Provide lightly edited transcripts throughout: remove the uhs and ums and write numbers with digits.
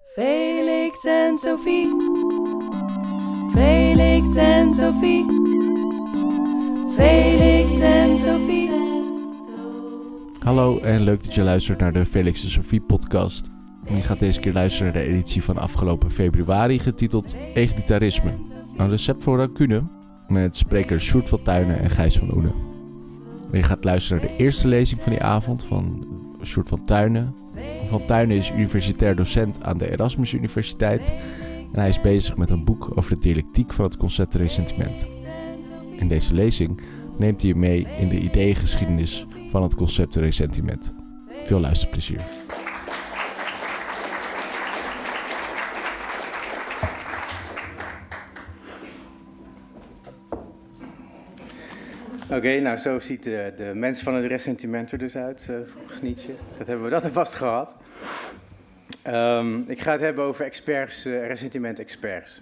Felix en Sophie. Felix en Sophie. Felix en Sophie. Hallo en leuk dat je luistert naar de Felix en Sophie podcast. Je gaat deze keer luisteren naar de editie van afgelopen februari getiteld Egalitarisme. Een recept voor rancune met sprekers Sjoerd van Tuinen en Gijs van Oene. Je gaat luisteren naar de eerste lezing van die avond van Sjoerd van Tuinen. Van Tuinen is universitair docent aan de Erasmus Universiteit en hij is bezig met een boek over de dialectiek van het concept ressentiment. In deze lezing neemt hij je mee in de ideeëngeschiedenis van het concept ressentiment. Veel luisterplezier. Oké, nou zo ziet de mens van het ressentiment er dus uit, volgens Nietzsche. Dat hebben we vast gehad. Ik ga het hebben over experts, ressentiment-experts.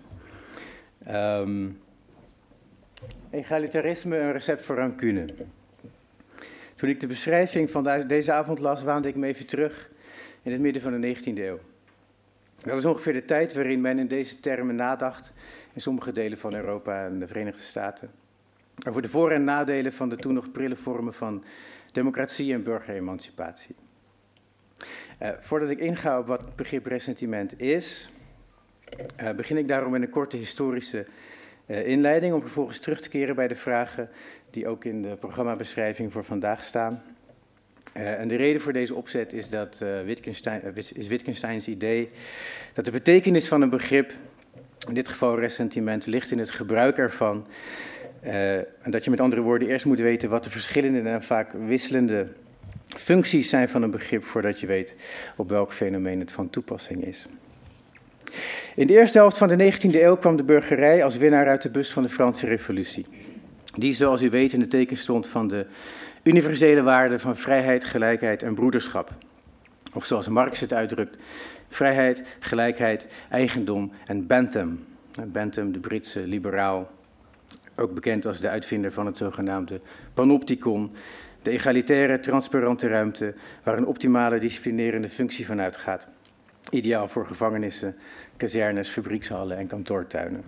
Egalitarisme, een recept voor rancune. Toen ik de beschrijving van deze avond las, waande ik me even terug in het midden van de 19e eeuw. Dat is ongeveer de tijd waarin men in deze termen nadacht in sommige delen van Europa en de Verenigde Staten. Over de voor- en nadelen van de toen nog prille vormen van democratie en burgeremancipatie. Voordat ik inga op wat het begrip ressentiment is, begin ik daarom met een korte historische inleiding om vervolgens terug te keren bij de vragen die ook in de programmabeschrijving voor vandaag staan. En de reden voor deze opzet is dat Wittgensteins idee dat de betekenis van een begrip, in dit geval ressentiment, ligt in het gebruik ervan. En dat je met andere woorden eerst moet weten wat de verschillende en vaak wisselende functies zijn van een begrip voordat je weet op welk fenomeen het van toepassing is. In de eerste helft van de 19e eeuw kwam de burgerij als winnaar uit de bus van de Franse Revolutie. Die, zoals u weet, in het teken stond van de universele waarden van vrijheid, gelijkheid en broederschap. Of zoals Marx het uitdrukt, vrijheid, gelijkheid, eigendom en Bentham. Bentham, de Britse liberaal, ook bekend als de uitvinder van het zogenaamde panopticon, de egalitaire, transparante ruimte waar een optimale disciplinerende functie van uitgaat. Ideaal voor gevangenissen, kazernes, fabriekshallen en kantoortuinen.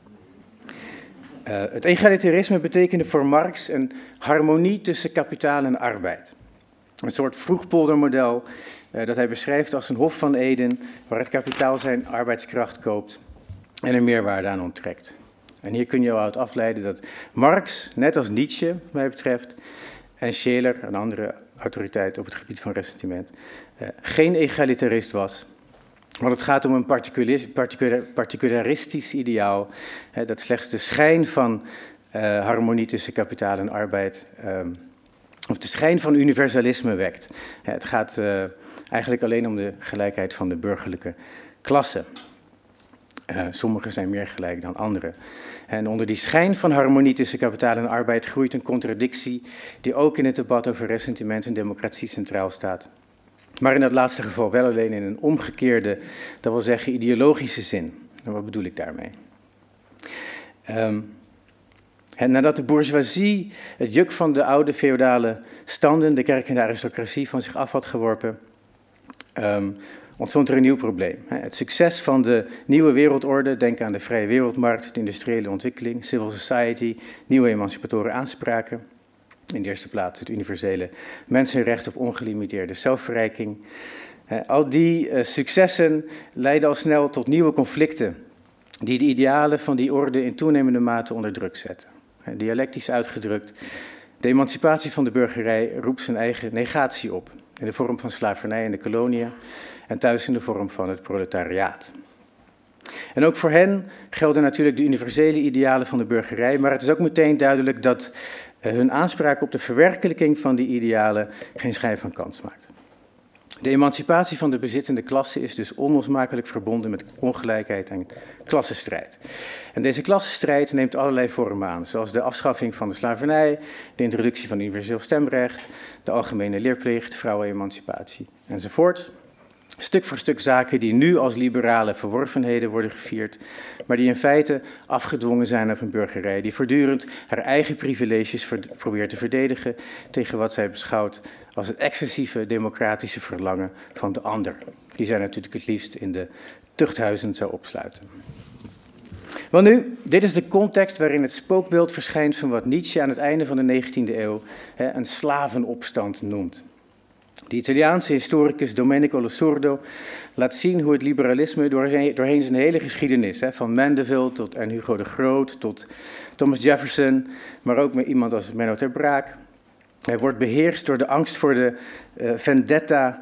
Het egalitarisme betekende voor Marx een harmonie tussen kapitaal en arbeid. Een soort vroegpoldermodel dat hij beschrijft als een hof van Eden waar het kapitaal zijn arbeidskracht koopt en er meerwaarde aan onttrekt. En hier kun je al uit afleiden dat Marx, net als Nietzsche, wat mij betreft, en Scheler, een andere autoriteit op het gebied van ressentiment, geen egalitarist was. Want het gaat om een particularistisch ideaal, dat slechts de schijn van harmonie tussen kapitaal en arbeid, of de schijn van universalisme wekt. Het gaat eigenlijk alleen om de gelijkheid van de burgerlijke klasse. Sommigen zijn meer gelijk dan anderen. En onder die schijn van harmonie tussen kapitaal en arbeid groeit een contradictie die ook in het debat over ressentiment en democratie centraal staat. Maar in dat laatste geval wel alleen in een omgekeerde, dat wil zeggen ideologische zin. En wat bedoel ik daarmee? Nadat de bourgeoisie het juk van de oude feodale standen, de kerk en de aristocratie van zich af had geworpen, ontstond er een nieuw probleem. Het succes van de nieuwe wereldorde, denk aan de vrije wereldmarkt, de industriële ontwikkeling, civil society, nieuwe emancipatoren aanspraken. In de eerste plaats het universele mensenrecht op ongelimiteerde zelfverrijking. Al die successen leidden al snel tot nieuwe conflicten die de idealen van die orde in toenemende mate onder druk zetten. Dialectisch uitgedrukt, de emancipatie van de burgerij roept zijn eigen negatie op, in de vorm van slavernij in de koloniën en thuis in de vorm van het proletariaat. En ook voor hen gelden natuurlijk de universele idealen van de burgerij, maar het is ook meteen duidelijk dat hun aanspraak op de verwerkelijking van die idealen geen schijn van kans maakt. De emancipatie van de bezittende klasse is dus onlosmakelijk verbonden met ongelijkheid en klassenstrijd. En deze klassenstrijd neemt allerlei vormen aan, zoals de afschaffing van de slavernij, de introductie van universeel stemrecht, de algemene leerplicht, vrouwenemancipatie enzovoort. Stuk voor stuk zaken die nu als liberale verworvenheden worden gevierd, maar die in feite afgedwongen zijn op een burgerij die voortdurend haar eigen privileges probeert te verdedigen tegen wat zij beschouwt als het excessieve democratische verlangen van de ander, die zij natuurlijk het liefst in de tuchthuizen zou opsluiten. Wel nu, dit is de context waarin het spookbeeld verschijnt van wat Nietzsche aan het einde van de 19e eeuw een slavenopstand noemt. De Italiaanse historicus Domenico Losurdo laat zien hoe het liberalisme doorheen zijn hele geschiedenis, van Mandeville en Hugo de Groot tot Thomas Jefferson, maar ook met iemand als Menno ter Braak, hij wordt beheerst door de angst voor de vendetta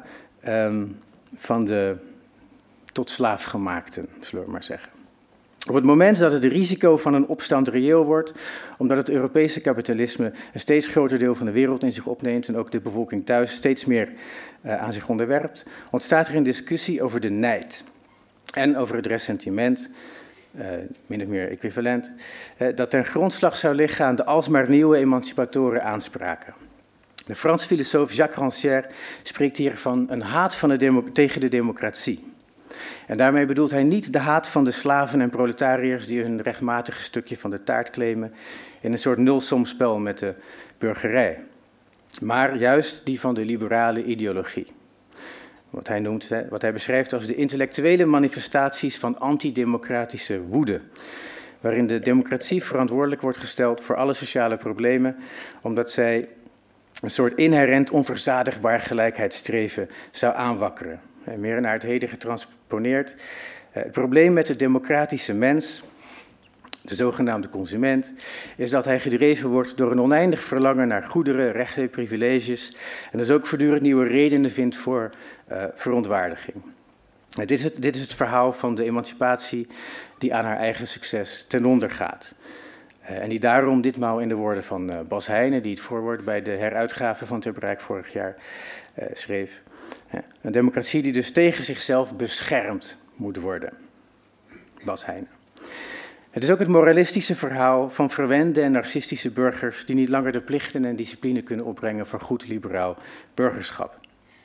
van de tot slaafgemaakten, zullen we maar zeggen. Op het moment dat het risico van een opstand reëel wordt, omdat het Europese kapitalisme een steeds groter deel van de wereld in zich opneemt en ook de bevolking thuis steeds meer aan zich onderwerpt, ontstaat er een discussie over de nijd en over het ressentiment, min of meer equivalent, dat ten grondslag zou liggen aan de alsmaar nieuwe emancipatoren aanspraken. De Franse filosoof Jacques Rancière spreekt hier van een haat tegen de democratie. En daarmee bedoelt hij niet de haat van de slaven en proletariërs die hun rechtmatige stukje van de taart claimen in een soort nulsomspel met de burgerij, maar juist die van de liberale ideologie. Wat hij beschrijft als de intellectuele manifestaties van antidemocratische woede, waarin de democratie verantwoordelijk wordt gesteld voor alle sociale problemen, omdat zij een soort inherent onverzadigbaar gelijkheidsstreven zou aanwakkeren. Meer naar het heden getransponeerd. Het probleem met de democratische mens, de zogenaamde consument, is dat hij gedreven wordt door een oneindig verlangen naar goederen, rechten, privileges en dus ook voortdurend nieuwe redenen vindt voor verontwaardiging. Dit is het verhaal van de emancipatie die aan haar eigen succes ten onder gaat. En die daarom ditmaal in de woorden van Bas Heijnen, die het voorwoord bij de heruitgave van Ter Braak vorig jaar schreef. Een democratie die dus tegen zichzelf beschermd moet worden. Bas Heijnen. Het is ook het moralistische verhaal van verwende en narcistische burgers die niet langer de plichten en discipline kunnen opbrengen voor goed liberaal burgerschap.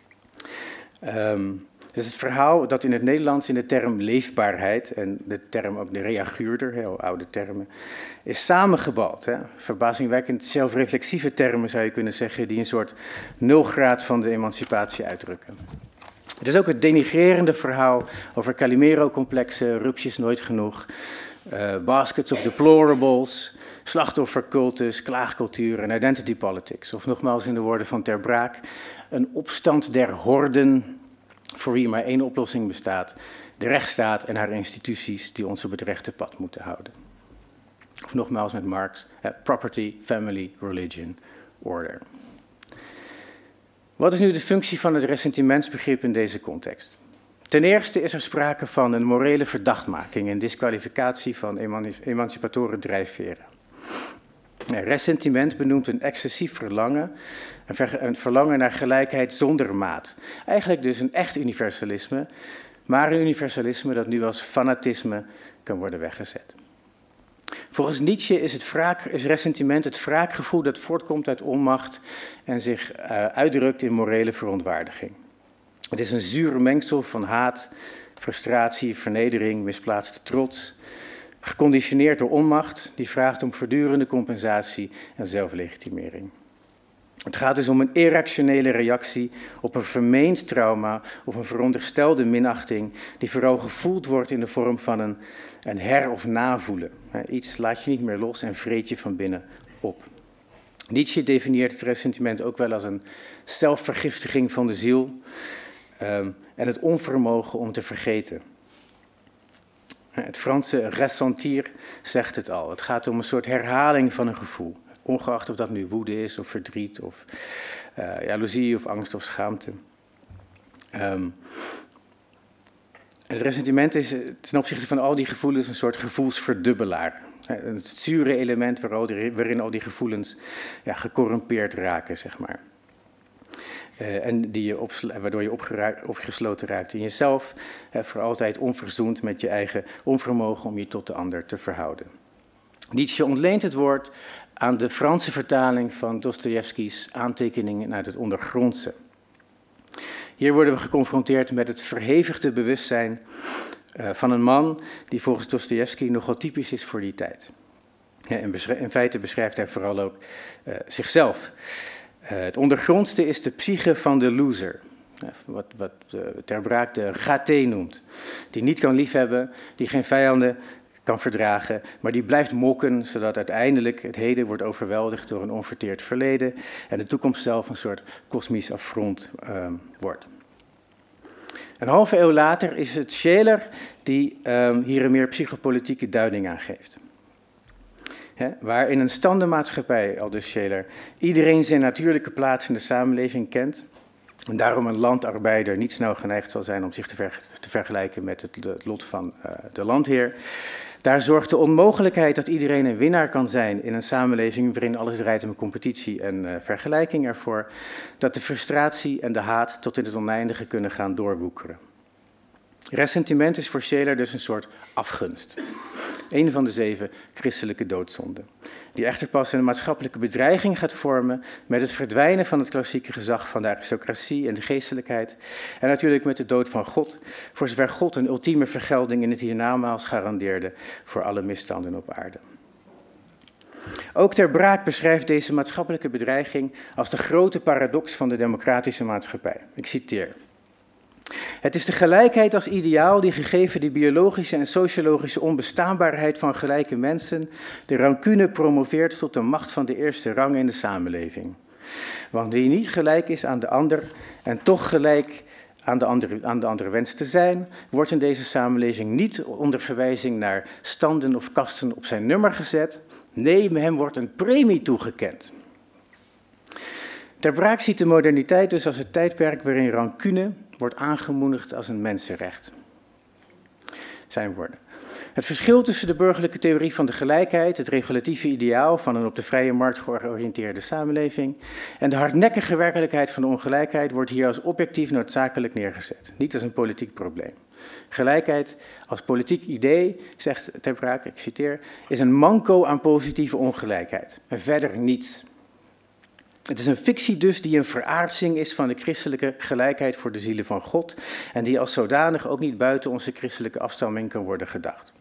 Dus het verhaal dat in het Nederlands in de term leefbaarheid en de term ook de reaguurder, heel oude termen, is samengebald. Verbazingwekkend zelfreflexieve termen zou je kunnen zeggen, die een soort nulgraad van de emancipatie uitdrukken. Het is ook het denigrerende verhaal over Calimero-complexen, rupsjes nooit genoeg, baskets of deplorables, slachtoffercultus, klaagcultuur en identity politics. Of nogmaals in de woorden van Ter Braak, een opstand der horden voor wie maar één oplossing bestaat, de rechtsstaat en haar instituties die ons op het rechte pad moeten houden. Of nogmaals met Marx, property, family, religion, order. Wat is nu de functie van het ressentimentsbegrip in deze context? Ten eerste is er sprake van een morele verdachtmaking en disqualificatie van emancipatoren drijfveren. Ressentiment benoemt een excessief verlangen, een verlangen naar gelijkheid zonder maat. Eigenlijk dus een echt universalisme, maar een universalisme dat nu als fanatisme kan worden weggezet. Volgens Nietzsche is ressentiment het wraakgevoel dat voortkomt uit onmacht en zich uitdrukt in morele verontwaardiging. Het is een zuur mengsel van haat, frustratie, vernedering, misplaatste trots, geconditioneerd door onmacht die vraagt om voortdurende compensatie en zelflegitimering. Het gaat dus om een irrationele reactie op een vermeend trauma of een veronderstelde minachting die vooral gevoeld wordt in de vorm van een her- of navoelen. Iets laat je niet meer los en vreet je van binnen op. Nietzsche definieert het ressentiment ook wel als een zelfvergiftiging van de ziel en het onvermogen om te vergeten. Het Franse ressentir zegt het al. Het gaat om een soort herhaling van een gevoel. Ongeacht of dat nu woede is of verdriet of jaloezie of angst of schaamte. Het ressentiment is ten opzichte van al die gevoelens een soort gevoelsverdubbelaar. Het zure element waarin al die gevoelens gecorrumpeerd raken, zeg maar. En waardoor je opgesloten raakt in jezelf, voor altijd onverzoend met je eigen onvermogen om je tot de ander te verhouden. Nietzsche ontleent het woord aan de Franse vertaling van Dostojevskis Aantekeningen uit het ondergrondse. Hier worden we geconfronteerd met het verhevigde bewustzijn van een man die volgens Dostojevski nogal typisch is voor die tijd. In feite beschrijft hij vooral ook zichzelf. Het ondergrondste is de psyche van de loser. Wat Ter Braak de gâté noemt. Die niet kan liefhebben, die geen vijanden kan verdragen, maar die blijft mokken, zodat uiteindelijk het heden wordt overweldigd door een onverteerd verleden en de toekomst zelf een soort kosmisch affront wordt. Een halve eeuw later is het Scheler die hier een meer psychopolitieke duiding aan geeft. Waar in een standenmaatschappij, aldus Scheler, iedereen zijn natuurlijke plaats in de samenleving kent en daarom een landarbeider niet snel geneigd zal zijn om zich te vergelijken met het lot van de landheer. Daar zorgt de onmogelijkheid dat iedereen een winnaar kan zijn in een samenleving waarin alles draait om competitie en vergelijking ervoor, dat de frustratie en de haat tot in het oneindige kunnen gaan doorwoekeren. Ressentiment is voor Scheler dus een soort afgunst. Een van de 7 christelijke doodzonden. Die echter pas een maatschappelijke bedreiging gaat vormen met het verdwijnen van het klassieke gezag van de aristocratie en de geestelijkheid. En natuurlijk met de dood van God, voor zover God een ultieme vergelding in het hiernamaals garandeerde voor alle misstanden op aarde. Ook Ter Braak beschrijft deze maatschappelijke bedreiging als de grote paradox van de democratische maatschappij. Ik citeer. Het is de gelijkheid als ideaal die gegeven de biologische en sociologische onbestaanbaarheid van gelijke mensen de rancune promoveert tot de macht van de eerste rang in de samenleving. Want wie niet gelijk is aan de ander en toch gelijk aan de ander wenst te zijn, wordt in deze samenleving niet onder verwijzing naar standen of kasten op zijn nummer gezet. Nee, hem wordt een premie toegekend. Ter Braak ziet de moderniteit dus als het tijdperk waarin rancune wordt aangemoedigd als een mensenrecht. Zijn woorden. Het verschil tussen de burgerlijke theorie van de gelijkheid, het regulatieve ideaal van een op de vrije markt georiënteerde samenleving, en de hardnekkige werkelijkheid van de ongelijkheid wordt hier als objectief noodzakelijk neergezet, niet als een politiek probleem. Gelijkheid als politiek idee, zegt Ter Braak, ik citeer, is een manco aan positieve ongelijkheid en verder niets. Het is een fictie dus die een veraarsing is van de christelijke gelijkheid voor de zielen van God en die als zodanig ook niet buiten onze christelijke afstamming kan worden gedacht.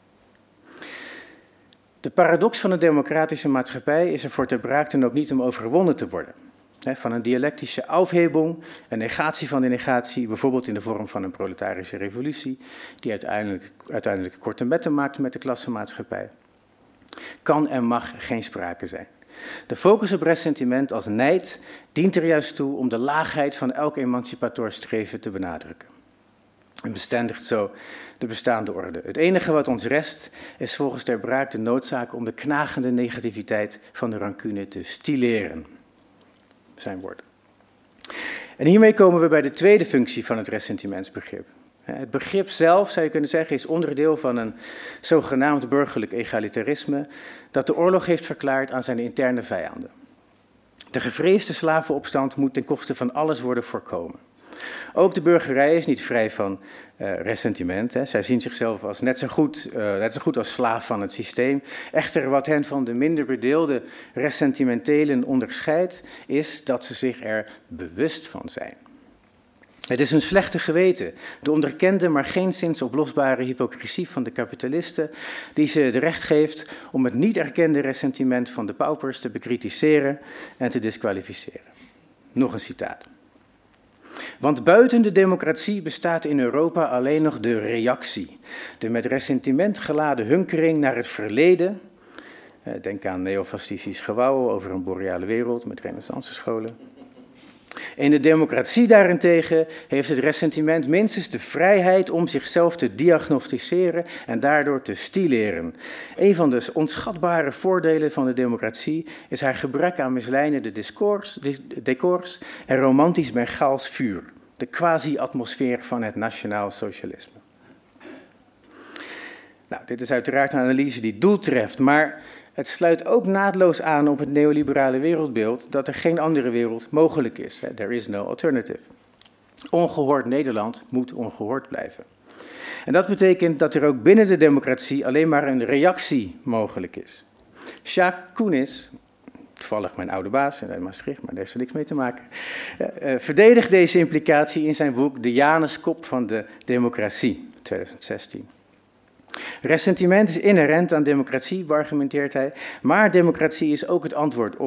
De paradox van een democratische maatschappij is er voor Ter Braak dan ook niet om overwonnen te worden. Van een dialectische aufhebung, een negatie van de negatie, bijvoorbeeld in de vorm van een proletarische revolutie, die uiteindelijk korte metten maakt met de klassenmaatschappij, kan en mag geen sprake zijn. De focus op ressentiment als nijd dient er juist toe om de laagheid van elk emancipator streven te benadrukken. En bestendigt zo de bestaande orde. Het enige wat ons rest is volgens Ter Braak de noodzaak om de knagende negativiteit van de rancune te stileren. Zijn woorden. En hiermee komen we bij de tweede functie van het ressentimentsbegrip. Het begrip zelf, zou je kunnen zeggen, is onderdeel van een zogenaamd burgerlijk egalitarisme dat de oorlog heeft verklaard aan zijn interne vijanden. De gevreesde slavenopstand moet ten koste van alles worden voorkomen. Ook de burgerij is niet vrij van ressentiment. Zij zien zichzelf als net zo goed als slaaf van het systeem. Echter, wat hen van de minder bedeelde ressentimentelen onderscheidt, is dat ze zich er bewust van zijn. Het is hun slechte geweten, de onderkende maar geenszins oplosbare hypocrisie van de kapitalisten, die ze het recht geeft om het niet erkende ressentiment van de paupers te bekritiseren en te disqualificeren. Nog een citaat. Want buiten de democratie bestaat in Europa alleen nog de reactie, de met ressentiment geladen hunkering naar het verleden. Denk aan neofascistisch gewauwel over een boreale wereld met renaissancescholen. In de democratie daarentegen heeft het ressentiment minstens de vrijheid om zichzelf te diagnosticeren en daardoor te stileren. Een van de onschatbare voordelen van de democratie is haar gebrek aan misleidende decors en romantisch Bengaals vuur, de quasi-atmosfeer van het nationaal socialisme. Nou, dit is uiteraard een analyse die doel treft, maar het sluit ook naadloos aan op het neoliberale wereldbeeld dat er geen andere wereld mogelijk is. There is no alternative. Ongehoord Nederland moet ongehoord blijven. En dat betekent dat er ook binnen de democratie alleen maar een reactie mogelijk is. Sjaak Koenis, toevallig mijn oude baas in Maastricht, maar daar heeft er niks mee te maken, verdedigt deze implicatie in zijn boek De Januskop van de Democratie, 2016. Ressentiment is inherent aan democratie, beargumenteert hij, maar democratie is ook het antwoord op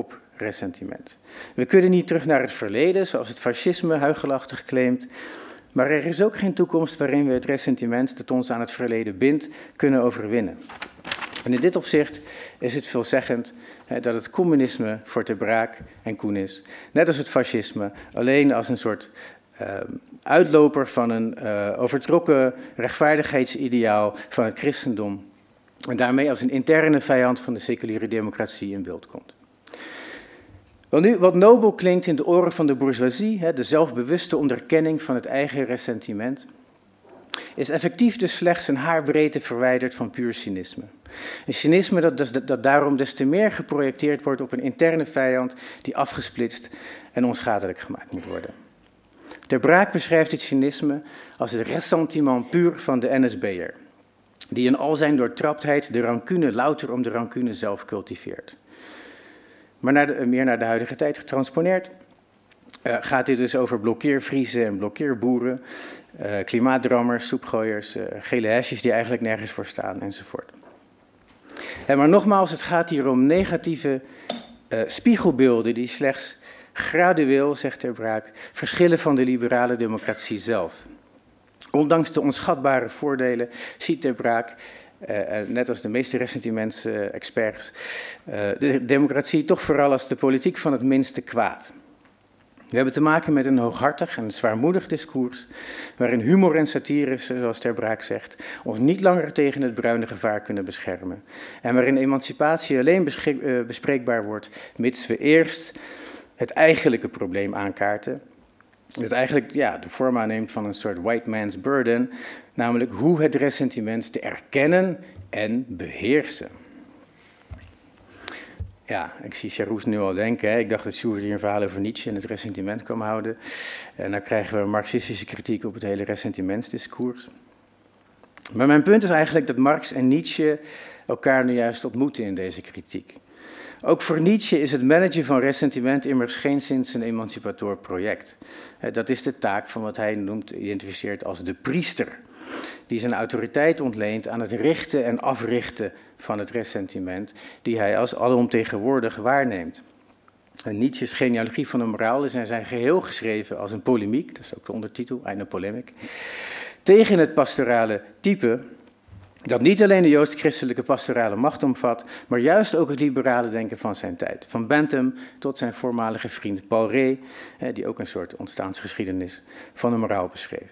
ressentiment. We kunnen niet terug naar het verleden, zoals het fascisme huichelachtig claimt, maar er is ook geen toekomst waarin we het ressentiment dat ons aan het verleden bindt, kunnen overwinnen. En in dit opzicht is het veelzeggend dat het communisme voor Ter Braak en Koen is, net als het fascisme, alleen als een soort uitloper van een overtrokken rechtvaardigheidsideaal van het christendom en daarmee als een interne vijand van de seculiere democratie in beeld komt. Wel nu, wat nobel klinkt in de oren van de bourgeoisie, de zelfbewuste onderkenning van het eigen ressentiment, is effectief dus slechts een haarbreedte verwijderd van puur cynisme. Een cynisme dat daarom des te meer geprojecteerd wordt op een interne vijand die afgesplitst en onschadelijk gemaakt moet worden. Ter Braak beschrijft dit cynisme als het ressentiment puur van de NSB'er, die in al zijn doortraptheid de rancune louter om de rancune zelf cultiveert. Maar meer naar de huidige tijd getransponeerd gaat dit dus over blokkeervriezen en blokkeerboeren, klimaatdrammers, soepgooiers, gele hesjes die eigenlijk nergens voor staan enzovoort. Maar nogmaals, het gaat hier om negatieve spiegelbeelden die slechts gradueel, zegt Ter Braak, verschillen van de liberale democratie zelf. Ondanks de onschatbare voordelen ziet Ter Braak, net als de meeste ressentimentsexperts, de democratie toch vooral als de politiek van het minste kwaad. We hebben te maken met een hooghartig en zwaarmoedig discours, waarin humor en satire, zoals Ter Braak zegt, ons niet langer tegen het bruine gevaar kunnen beschermen. En waarin emancipatie alleen bespreekbaar wordt, mits we eerst het eigenlijke probleem aankaarten. Dat eigenlijk de vorm aanneemt van een soort white man's burden, namelijk hoe het ressentiment te erkennen en beheersen. Ja, ik zie Charoes nu al denken. Ik dacht dat Sjoerd hier een verhaal over Nietzsche en het ressentiment kwam houden. En dan krijgen we een marxistische kritiek op het hele ressentimentsdiscours. Maar mijn punt is eigenlijk dat Marx en Nietzsche elkaar nu juist ontmoeten in deze kritiek. Ook voor Nietzsche is het managen van ressentiment immers geenszins een emancipator project. Dat is de taak van wat hij identificeert als de priester, die zijn autoriteit ontleent aan het richten en africhten van het ressentiment, die hij als alomtegenwoordig waarneemt. En Nietzsche's genealogie van de moraal is in zijn geheel geschreven als een polemiek, dat is ook de ondertitel, eine Polemik, tegen het pastorale type, dat niet alleen de joods-christelijke pastorale macht omvat, maar juist ook het liberale denken van zijn tijd. Van Bentham tot zijn voormalige vriend Paul Rée, die ook een soort ontstaansgeschiedenis van de moraal beschreef.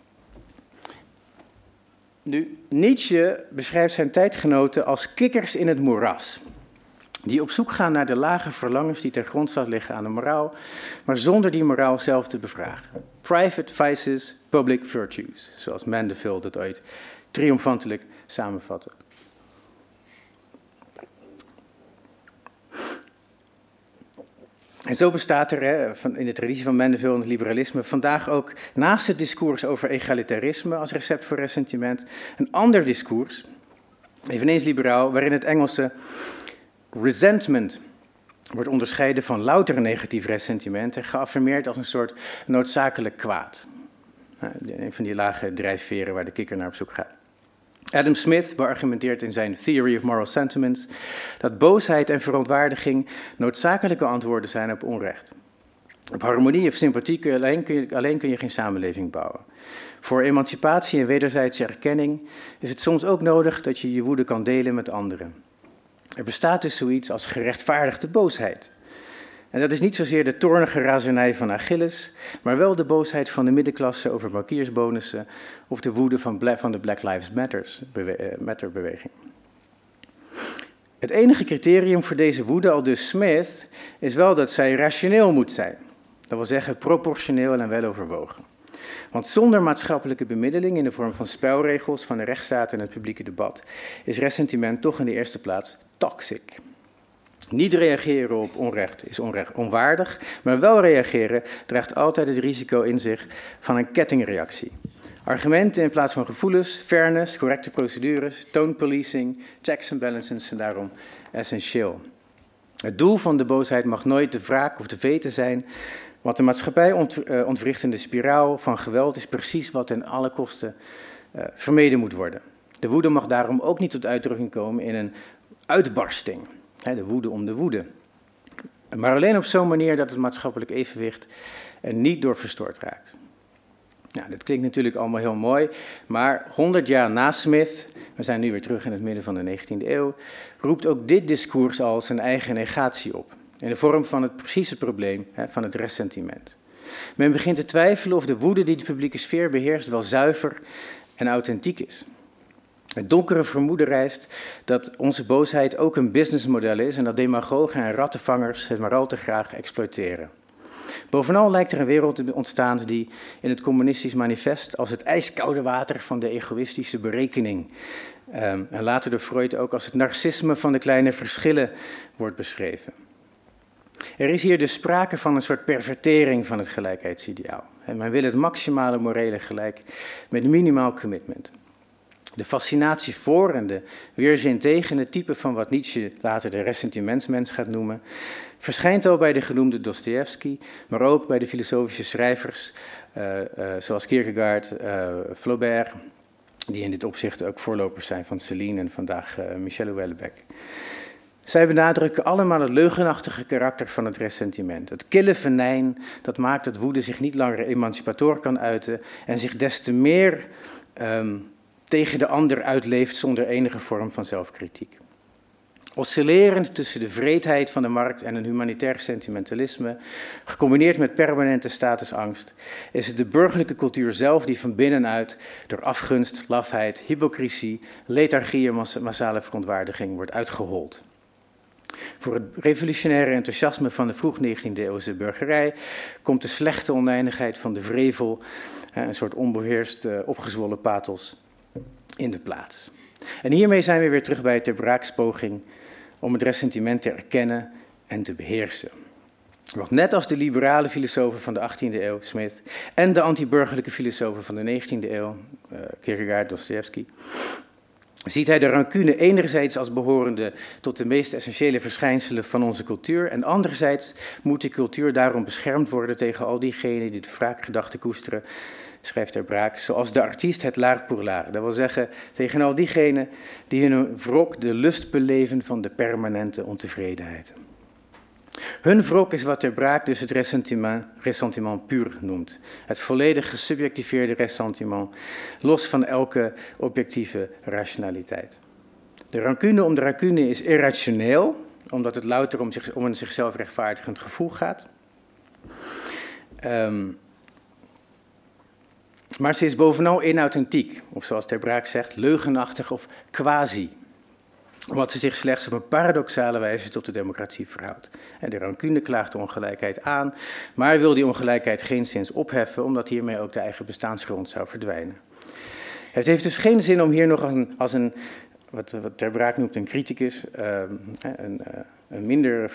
Nu, Nietzsche beschrijft zijn tijdgenoten als kikkers in het moeras, die op zoek gaan naar de lage verlangens die ten grondslag liggen aan de moraal, maar zonder die moraal zelf te bevragen. Private vices, public virtues, zoals Mandeville dat ooit triomfantelijk samenvatten. En zo bestaat er in de traditie van Mandeville en het liberalisme vandaag ook naast het discours over egalitarisme als recept voor ressentiment een ander discours, eveneens liberaal, waarin het Engelse resentment wordt onderscheiden van louter negatief ressentiment en geaffirmeerd als een soort noodzakelijk kwaad. Een van die lage drijfveren waar de kikker naar op zoek gaat. Adam Smith beargumenteert in zijn Theory of Moral Sentiments dat boosheid en verontwaardiging noodzakelijke antwoorden zijn op onrecht. Op harmonie of sympathie alleen kun je geen samenleving bouwen. Voor emancipatie en wederzijdse erkenning is het soms ook nodig dat je je woede kan delen met anderen. Er bestaat dus zoiets als gerechtvaardigde boosheid. En dat is niet zozeer de toornige razernij van Achilles, maar wel de boosheid van de middenklasse over bankiersbonussen of de woede van de Black Lives Matter beweging. Het enige criterium voor deze woede, aldus Smith, is wel dat zij rationeel moet zijn. Dat wil zeggen proportioneel en wel overwogen. Want zonder maatschappelijke bemiddeling in de vorm van spelregels van de rechtsstaat en het publieke debat is ressentiment toch in de eerste plaats toxic. Niet reageren op onrecht is onwaardig, maar wel reageren draagt altijd het risico in zich van een kettingreactie. Argumenten in plaats van gevoelens, fairness, correcte procedures, tone policing, checks en balances zijn daarom essentieel. Het doel van de boosheid mag nooit de wraak of de vete zijn, want de maatschappij ontwrichtende spiraal van geweld is precies wat ten alle kosten vermeden moet worden. De woede mag daarom ook niet tot uitdrukking komen in een uitbarsting. De woede om de woede. Maar alleen op zo'n manier dat het maatschappelijk evenwicht er niet door verstoord raakt. Nou, dit klinkt natuurlijk allemaal heel mooi, maar 100 jaar na Smith, we zijn nu weer terug in het midden van de 19e eeuw, roept ook dit discours al zijn eigen negatie op. In de vorm van het precieze probleem van het ressentiment. Men begint te twijfelen of de woede die de publieke sfeer beheerst wel zuiver en authentiek is. Het donkere vermoeden rijst dat onze boosheid ook een businessmodel is en dat demagogen en rattenvangers het maar al te graag exploiteren. Bovenal lijkt er een wereld te ontstaan die in het communistisch manifest als het ijskoude water van de egoïstische berekening en later door Freud ook als het narcisme van de kleine verschillen wordt beschreven. Er is hier dus sprake van een soort pervertering van het gelijkheidsideaal. En men wil het maximale morele gelijk met minimaal commitment. De fascinatie voor en de weerzin tegen het type van wat Nietzsche later de ressentimentsmens gaat noemen, verschijnt al bij de genoemde Dostojevski, maar ook bij de filosofische schrijvers zoals Kierkegaard, Flaubert, die in dit opzicht ook voorlopers zijn van Céline en vandaag Michel Houellebecq. Zij benadrukken allemaal het leugenachtige karakter van het ressentiment. Het kille venijn dat maakt dat woede zich niet langer emancipator kan uiten en zich des te meer tegen de ander uitleeft zonder enige vorm van zelfkritiek. Oscillerend tussen de wreedheid van de markt en een humanitair sentimentalisme, gecombineerd met permanente statusangst, is het de burgerlijke cultuur zelf die van binnenuit door afgunst, lafheid, hypocrisie, lethargie en massale verontwaardiging wordt uitgehold. Voor het revolutionaire enthousiasme van de vroeg 19e-eeuwse burgerij komt de slechte oneindigheid van de vrevel, een soort onbeheerst opgezwollen pathos, in de plaats. En hiermee zijn we weer terug bij Ter Braaks poging om het ressentiment te erkennen en te beheersen. Want net als de liberale filosofen van de 18e eeuw, Smith, en de anti-burgerlijke filosofen van de 19e eeuw, Kierkegaard, Dostojevski, ziet hij de rancune enerzijds als behorende tot de meest essentiële verschijnselen van onze cultuur en anderzijds moet die cultuur daarom beschermd worden tegen al diegenen die de wraakgedachte koesteren, schrijft Ter Braak, zoals de artiest het l'art pour l'art. Dat wil zeggen, tegen al diegenen die in hun wrok de lust beleven van de permanente ontevredenheid. Hun wrok is wat Ter Braak dus het ressentiment puur noemt. Het volledig gesubjectiveerde ressentiment, los van elke objectieve rationaliteit. De rancune om de rancune is irrationeel, omdat het louter om een zichzelf rechtvaardigend gevoel gaat. Maar ze is bovenal inauthentiek, of zoals Ter Braak zegt, leugenachtig of quasi. Omdat ze zich slechts op een paradoxale wijze tot de democratie verhoudt. En de rancune klaagt de ongelijkheid aan, maar wil die ongelijkheid geenszins opheffen, omdat hiermee ook de eigen bestaansgrond zou verdwijnen. Het heeft dus geen zin om hier nog als een wat Ter Braak noemt een criticus, een minder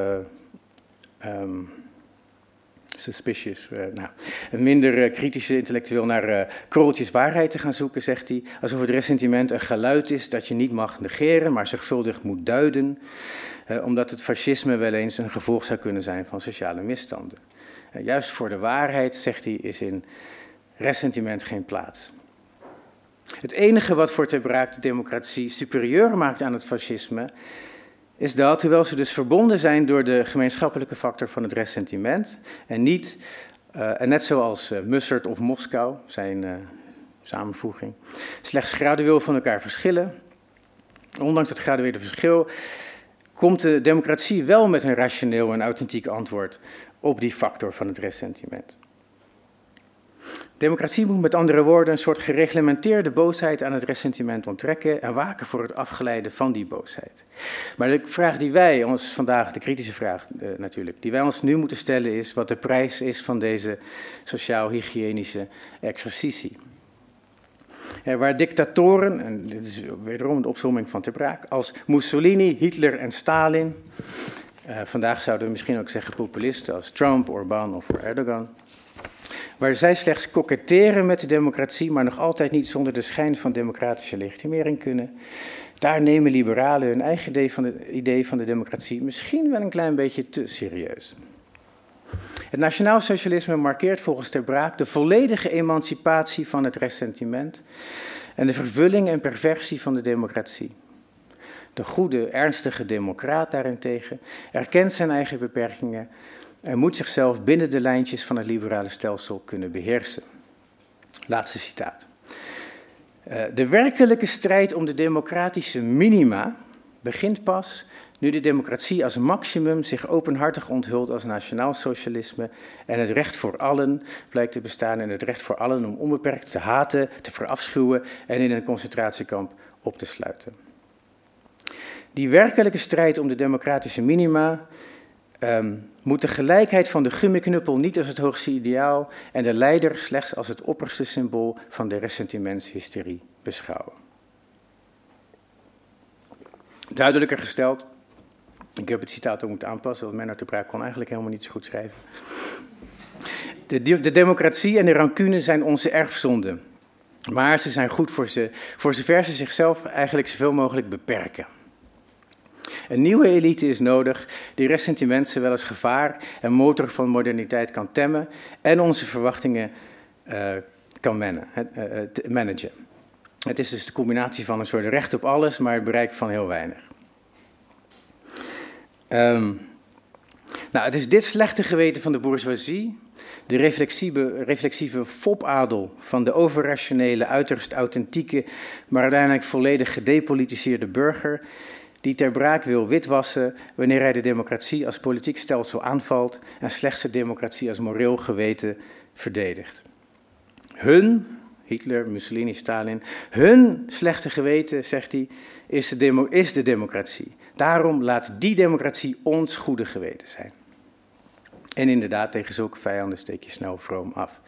suspicious, een minder kritische intellectueel naar korreltjes waarheid te gaan zoeken, zegt hij, alsof het ressentiment een geluid is dat je niet mag negeren, maar zorgvuldig moet duiden, omdat het fascisme wel eens een gevolg zou kunnen zijn van sociale misstanden. Juist voor de waarheid, zegt hij, is in ressentiment geen plaats. Het enige wat voor Ter Braak de democratie superieur maakt aan het fascisme, is dat, hoewel ze dus verbonden zijn door de gemeenschappelijke factor van het ressentiment, en net zoals Mussert of Moskou, zijn samenvoeging, slechts gradueel van elkaar verschillen. Ondanks dat graduele verschil komt de democratie wel met een rationeel en authentiek antwoord op die factor van het ressentiment. Democratie moet met andere woorden een soort gereglementeerde boosheid aan het ressentiment onttrekken en waken voor het afgeleiden van die boosheid. Maar de vraag die wij ons vandaag, de kritische vraag natuurlijk, die wij ons nu moeten stellen is wat de prijs is van deze sociaal-hygiënische exercitie. Waar dictatoren, en dit is wederom de opsomming van Ter Braak, als Mussolini, Hitler en Stalin, vandaag zouden we misschien ook zeggen populisten als Trump, Orbán of Erdogan, waar zij slechts koketteren met de democratie, maar nog altijd niet zonder de schijn van democratische legitimering kunnen. Daar nemen liberalen hun eigen idee van de democratie misschien wel een klein beetje te serieus. Het nationaal socialisme markeert volgens Ter Braak de volledige emancipatie van het ressentiment en de vervulling en perversie van de democratie. De goede, ernstige democraat daarentegen erkent zijn eigen beperkingen en moet zichzelf binnen de lijntjes van het liberale stelsel kunnen beheersen. Laatste citaat. De werkelijke strijd om de democratische minima begint pas nu de democratie als maximum zich openhartig onthult als nationaal socialisme en het recht voor allen blijkt te bestaan en het recht voor allen om onbeperkt te haten, te verafschuwen en in een concentratiekamp op te sluiten. Die werkelijke strijd om de democratische minima moet de gelijkheid van de gummiknuppel niet als het hoogste ideaal en de leider slechts als het opperste symbool van de ressentimentshysterie beschouwen. Duidelijker gesteld, ik heb het citaat ook moeten aanpassen, want Menno ter Braak kon eigenlijk helemaal niet zo goed schrijven. De democratie en de rancune zijn onze erfzonden, maar ze zijn goed voor zover ze zichzelf eigenlijk zoveel mogelijk beperken. Een nieuwe elite is nodig die ressentiment zowel als gevaar en motor van moderniteit kan temmen en onze verwachtingen kan managen. Het is dus de combinatie van een soort recht op alles, maar het bereik van heel weinig. Het is dit slechte geweten van de bourgeoisie, de reflexieve fopadel van de overrationele, uiterst authentieke, maar uiteindelijk volledig gedepolitiseerde burger, die ter Braak wil witwassen wanneer hij de democratie als politiek stelsel aanvalt en slechts de democratie als moreel geweten verdedigt. Hitler, Mussolini, Stalin, hun slechte geweten, zegt hij, is de democratie. Daarom laat die democratie ons goede geweten zijn. En inderdaad, tegen zulke vijanden steek je snel vroom af.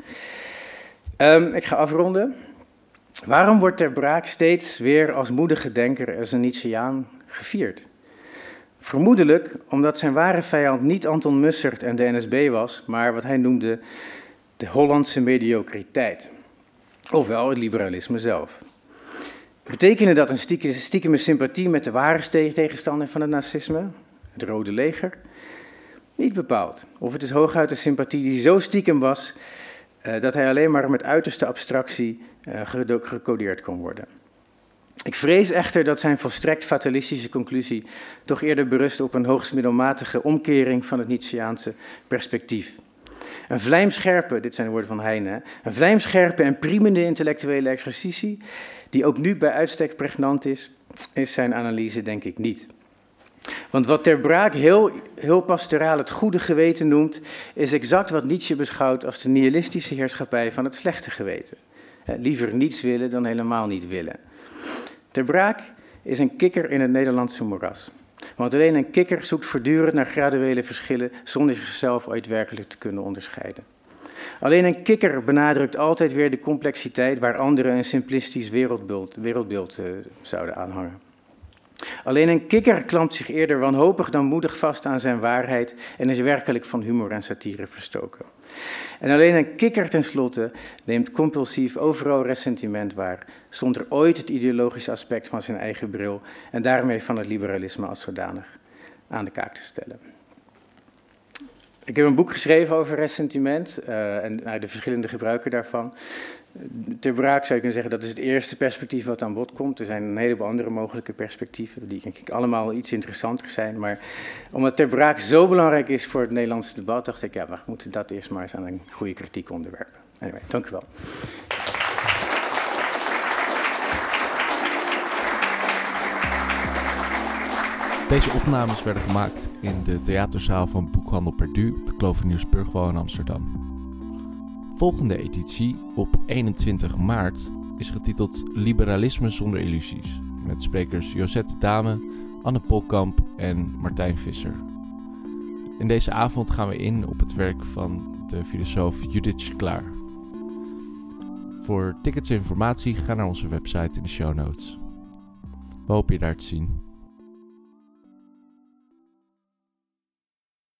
Ik ga afronden. Waarom wordt ter Braak steeds weer als moedige denker, als een Nietzscheaan, gevierd? Vermoedelijk omdat zijn ware vijand niet Anton Mussert en de NSB was, maar wat hij noemde de Hollandse mediocriteit. Ofwel het liberalisme zelf. Betekende dat een stiekeme sympathie met de ware tegenstander van het nazisme, het Rode Leger? Niet bepaald. Of het is hooguit een sympathie die zo stiekem was dat hij alleen maar met uiterste abstractie gecodeerd kon worden. Ik vrees echter dat zijn volstrekt fatalistische conclusie toch eerder berust op een hoogst middelmatige omkering van het Nietzscheaanse perspectief. Een vlijmscherpe, dit zijn de woorden van Heine, een vlijmscherpe en priemende intellectuele exercitie, die ook nu bij uitstek pregnant is zijn analyse denk ik niet. Want wat ter Braak heel pastoraal het goede geweten noemt, is exact wat Nietzsche beschouwt als de nihilistische heerschappij van het slechte geweten. Liever niets willen dan helemaal niet willen. Ter Braak is een kikker in het Nederlandse moeras. Want alleen een kikker zoekt voortdurend naar graduele verschillen zonder zichzelf ooit werkelijk te kunnen onderscheiden. Alleen een kikker benadrukt altijd weer de complexiteit waar anderen een simplistisch wereldbeeld zouden aanhangen. Alleen een kikker klampt zich eerder wanhopig dan moedig vast aan zijn waarheid en is werkelijk van humor en satire verstoken. En alleen een kikker tenslotte neemt compulsief overal ressentiment waar, zonder ooit het ideologische aspect van zijn eigen bril en daarmee van het liberalisme als zodanig aan de kaak te stellen. Ik heb een boek geschreven over ressentiment en de verschillende gebruiken daarvan. Ter Braak zou je kunnen zeggen dat is het eerste perspectief wat aan bod komt. Er zijn een heleboel andere mogelijke perspectieven die denk ik allemaal iets interessanter zijn. Maar omdat Ter Braak zo belangrijk is voor het Nederlandse debat, dacht ik, we moeten dat eerst maar eens aan een goede kritiek onderwerpen. Anyway, dank u wel. Deze opnames werden gemaakt in de theaterzaal van Boekhandel Perdu op de Kloverniersburgwal in Amsterdam. Volgende editie op 21 maart is getiteld Liberalisme zonder illusies, met sprekers Josette Dame, Anne Polkamp en Martijn Visser. In deze avond gaan we in op het werk van de filosoof Judith Shklar. Voor tickets en informatie ga naar onze website in de show notes. We hopen je daar te zien.